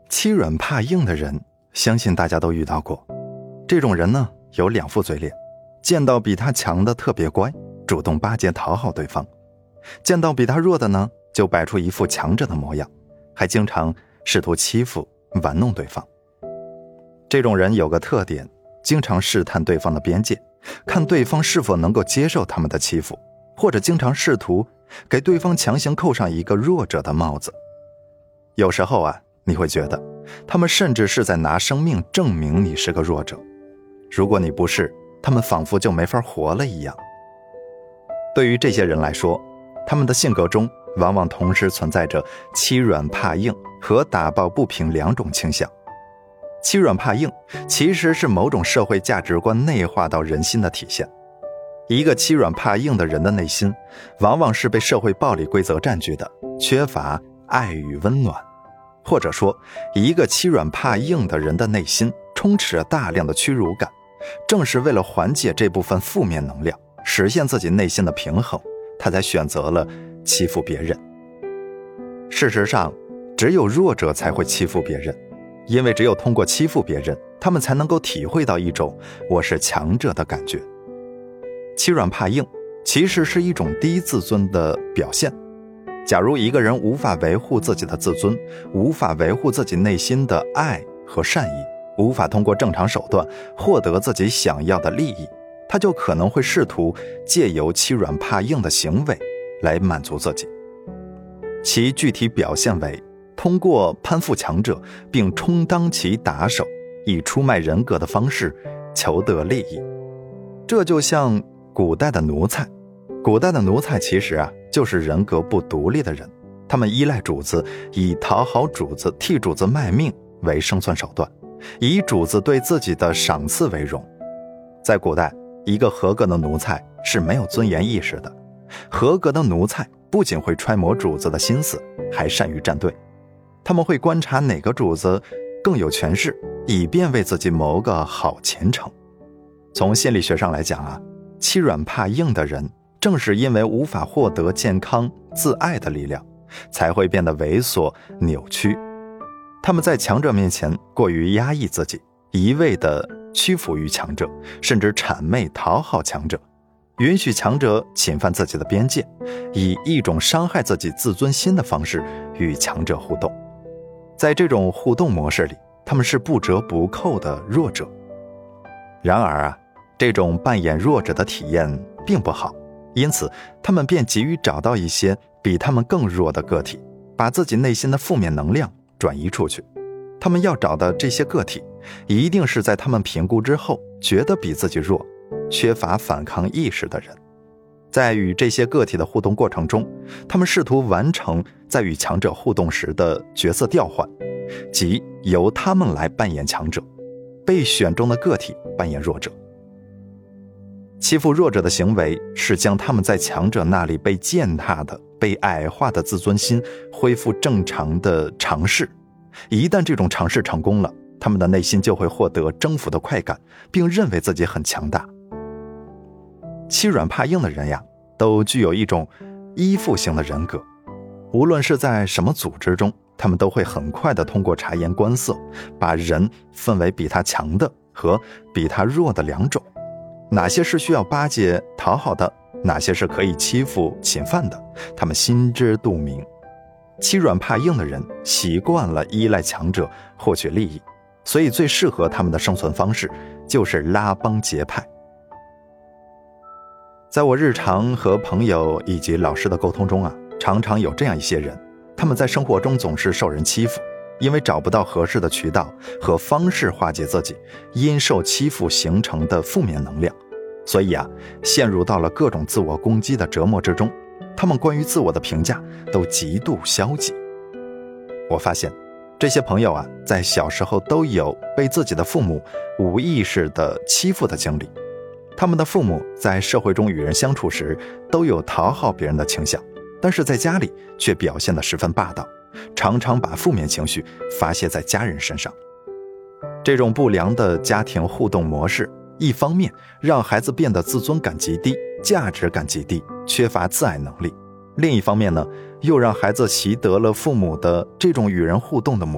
欺软怕硬的人，相信大家都遇到过。这种人呢，有两副嘴脸，见到比他强的特别乖，主动巴结讨好对方；见到比他弱的呢，就摆出一副强者的模样，还经常试图欺负玩弄对方。这种人有个特点，经常试探对方的边界，看对方是否能够接受他们的欺负，或者经常试图给对方强行扣上一个弱者的帽子。有时候啊，你会觉得他们甚至是在拿生命证明你是个弱者，如果你不是，他们仿佛就没法活了一样。对于这些人来说，他们的性格中往往同时存在着欺软怕硬和打抱不平两种倾向。欺软怕硬其实是某种社会价值观内化到人心的体现。一个欺软怕硬的人的内心，往往是被社会暴力规则占据的，缺乏爱与温暖。或者说，一个欺软怕硬的人的内心充斥着大量的屈辱感，正是为了缓解这部分负面能量，实现自己内心的平衡，他才选择了欺负别人。事实上，只有弱者才会欺负别人，因为只有通过欺负别人，他们才能够体会到一种我是强者的感觉。欺软怕硬其实是一种低自尊的表现。假如一个人无法维护自己的自尊，无法维护自己内心的爱和善意，无法通过正常手段获得自己想要的利益，他就可能会试图借由欺软怕硬的行为来满足自己。其具体表现为通过攀附强者并充当其打手，以出卖人格的方式求得利益。这就像古代的奴才。古代的奴才其实就是人格不独立的人，他们依赖主子，以讨好主子、替主子卖命为生存手段，以主子对自己的赏赐为荣。在古代，一个合格的奴才是没有尊严意识的。合格的奴才不仅会揣摩主子的心思，还善于站队。他们会观察哪个主子更有权势，以便为自己谋个好前程。从心理学上来讲欺软怕硬的人正是因为无法获得健康自爱的力量，才会变得猥琐扭曲。他们在强者面前过于压抑自己，一味地屈服于强者，甚至谄媚讨好强者，允许强者侵犯自己的边界，以一种伤害自己自尊心的方式与强者互动。在这种互动模式里，他们是不折不扣的弱者。然而这种扮演弱者的体验并不好，因此他们便急于找到一些比他们更弱的个体，把自己内心的负面能量转移出去。他们要找的这些个体，一定是在他们评估之后觉得比自己弱，缺乏反抗意识的人。在与这些个体的互动过程中，他们试图完成在与强者互动时的角色调换，即由他们来扮演强者，被选中的个体扮演弱者。欺负弱者的行为是将他们在强者那里被践踏的、被矮化的自尊心恢复正常的尝试。一旦这种尝试成功了，他们的内心就会获得征服的快感，并认为自己很强大。欺软怕硬的人都具有一种依附型的人格。无论是在什么组织中，他们都会很快地通过察言观色，把人分为比他强的和比他弱的两种。哪些是需要巴结讨好的，哪些是可以欺负侵犯的，他们心知肚明。欺软怕硬的人习惯了依赖强者获取利益，所以最适合他们的生存方式就是拉帮结派。在我日常和朋友以及老师的沟通中常常有这样一些人，他们在生活中总是受人欺负，因为找不到合适的渠道和方式化解自己因受欺负形成的负面能量，所以陷入到了各种自我攻击的折磨之中。他们关于自我的评价都极度消极。我发现这些朋友在小时候都有被自己的父母无意识地欺负的经历。他们的父母在社会中与人相处时都有讨好别人的倾向，但是在家里却表现得十分霸道，常常把负面情绪发泄在家人身上。这种不良的家庭互动模式，一方面让孩子变得自尊感极低，价值感极低，缺乏自爱能力；另一方面呢，又让孩子习得了父母的这种与人互动的模式，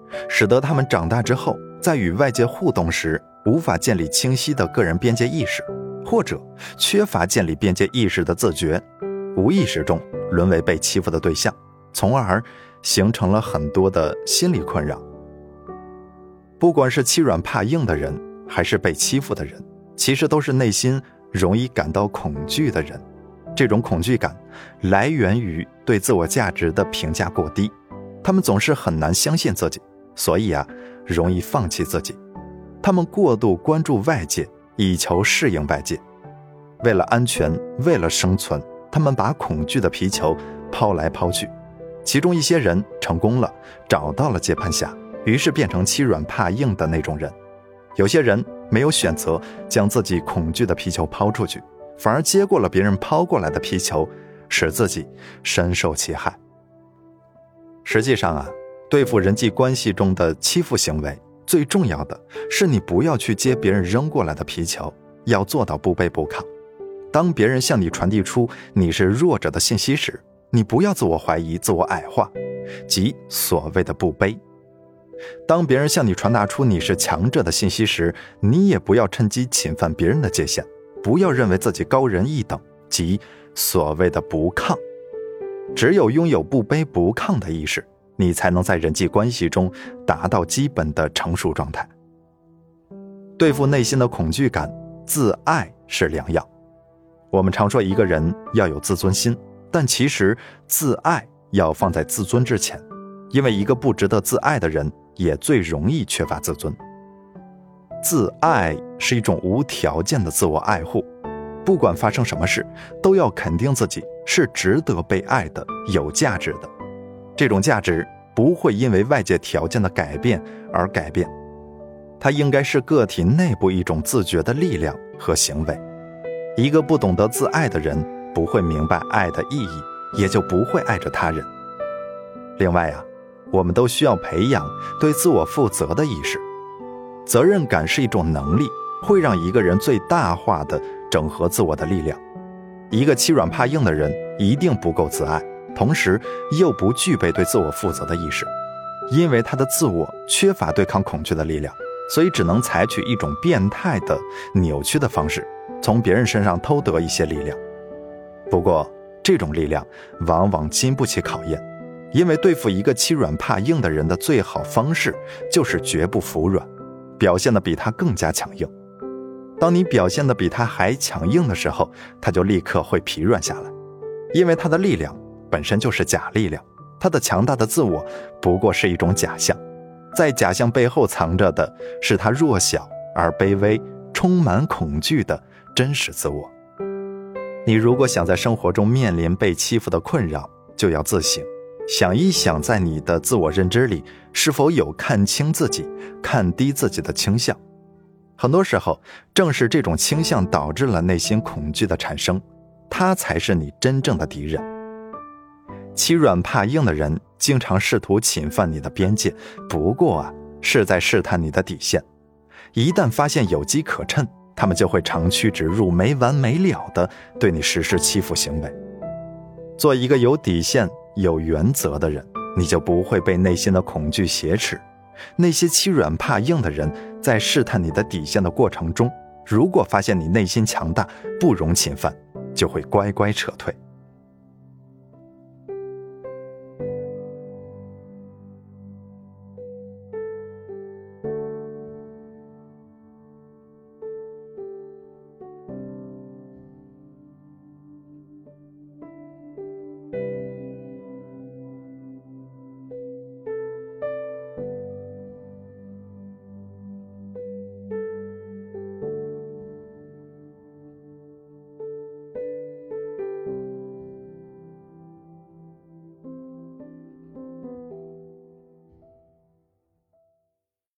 使得他们长大之后在与外界互动时无法建立清晰的个人边界意识，或者缺乏建立边界意识的自觉，无意识中沦为被欺负的对象，从而形成了很多的心理困扰。不管是欺软怕硬的人，还是被欺负的人，其实都是内心容易感到恐惧的人。这种恐惧感来源于对自我价值的评价过低，他们总是很难相信自己，所以容易放弃自己。他们过度关注外界，以求适应外界。为了安全，为了生存，他们把恐惧的皮球抛来抛去。其中一些人成功了，找到了接盘侠，于是变成欺软怕硬的那种人。有些人没有选择将自己恐惧的皮球抛出去，反而接过了别人抛过来的皮球，使自己深受其害。实际上对付人际关系中的欺负行为，最重要的是你不要去接别人扔过来的皮球，要做到不卑不亢。当别人向你传递出你是弱者的信息时，你不要自我怀疑、自我矮化，即所谓的不卑。当别人向你传达出你是强者的信息时，你也不要趁机侵犯别人的界限，不要认为自己高人一等，即所谓的不亢。只有拥有不卑不亢的意识，你才能在人际关系中达到基本的成熟状态。对付内心的恐惧感，自爱是良药。我们常说一个人要有自尊心，但其实自爱要放在自尊之前，因为一个不值得自爱的人也最容易缺乏自尊。自爱是一种无条件的自我爱护，不管发生什么事，都要肯定自己是值得被爱的，有价值的。这种价值不会因为外界条件的改变而改变，它应该是个体内部一种自觉的力量和行为。一个不懂得自爱的人，不会明白爱的意义，也就不会爱着他人。另外我们都需要培养对自我负责的意识。责任感是一种能力，会让一个人最大化地整合自我的力量。一个欺软怕硬的人一定不够自爱，同时又不具备对自我负责的意识，因为他的自我缺乏对抗恐惧的力量，所以只能采取一种变态的扭曲的方式，从别人身上偷得一些力量。不过这种力量往往经不起考验，因为对付一个欺软怕硬的人的最好方式就是绝不服软，表现得比他更加强硬。当你表现得比他还强硬的时候，他就立刻会疲软下来，因为他的力量本身就是假力量，他的强大的自我不过是一种假象，在假象背后藏着的是他弱小而卑微、充满恐惧的真实自我。你如果想在生活中面临被欺负的困扰，就要自省，想一想在你的自我认知里是否有看清自己、看低自己的倾向。很多时候正是这种倾向导致了内心恐惧的产生，它才是你真正的敌人。欺软怕硬的人经常试图侵犯你的边界，不过是在试探你的底线。一旦发现有机可乘，他们就会长驱直入、没完没了地对你实施欺负行为。做一个有底线、有原则的人，你就不会被内心的恐惧挟持。那些欺软怕硬的人在试探你的底线的过程中，如果发现你内心强大，不容侵犯，就会乖乖撤退。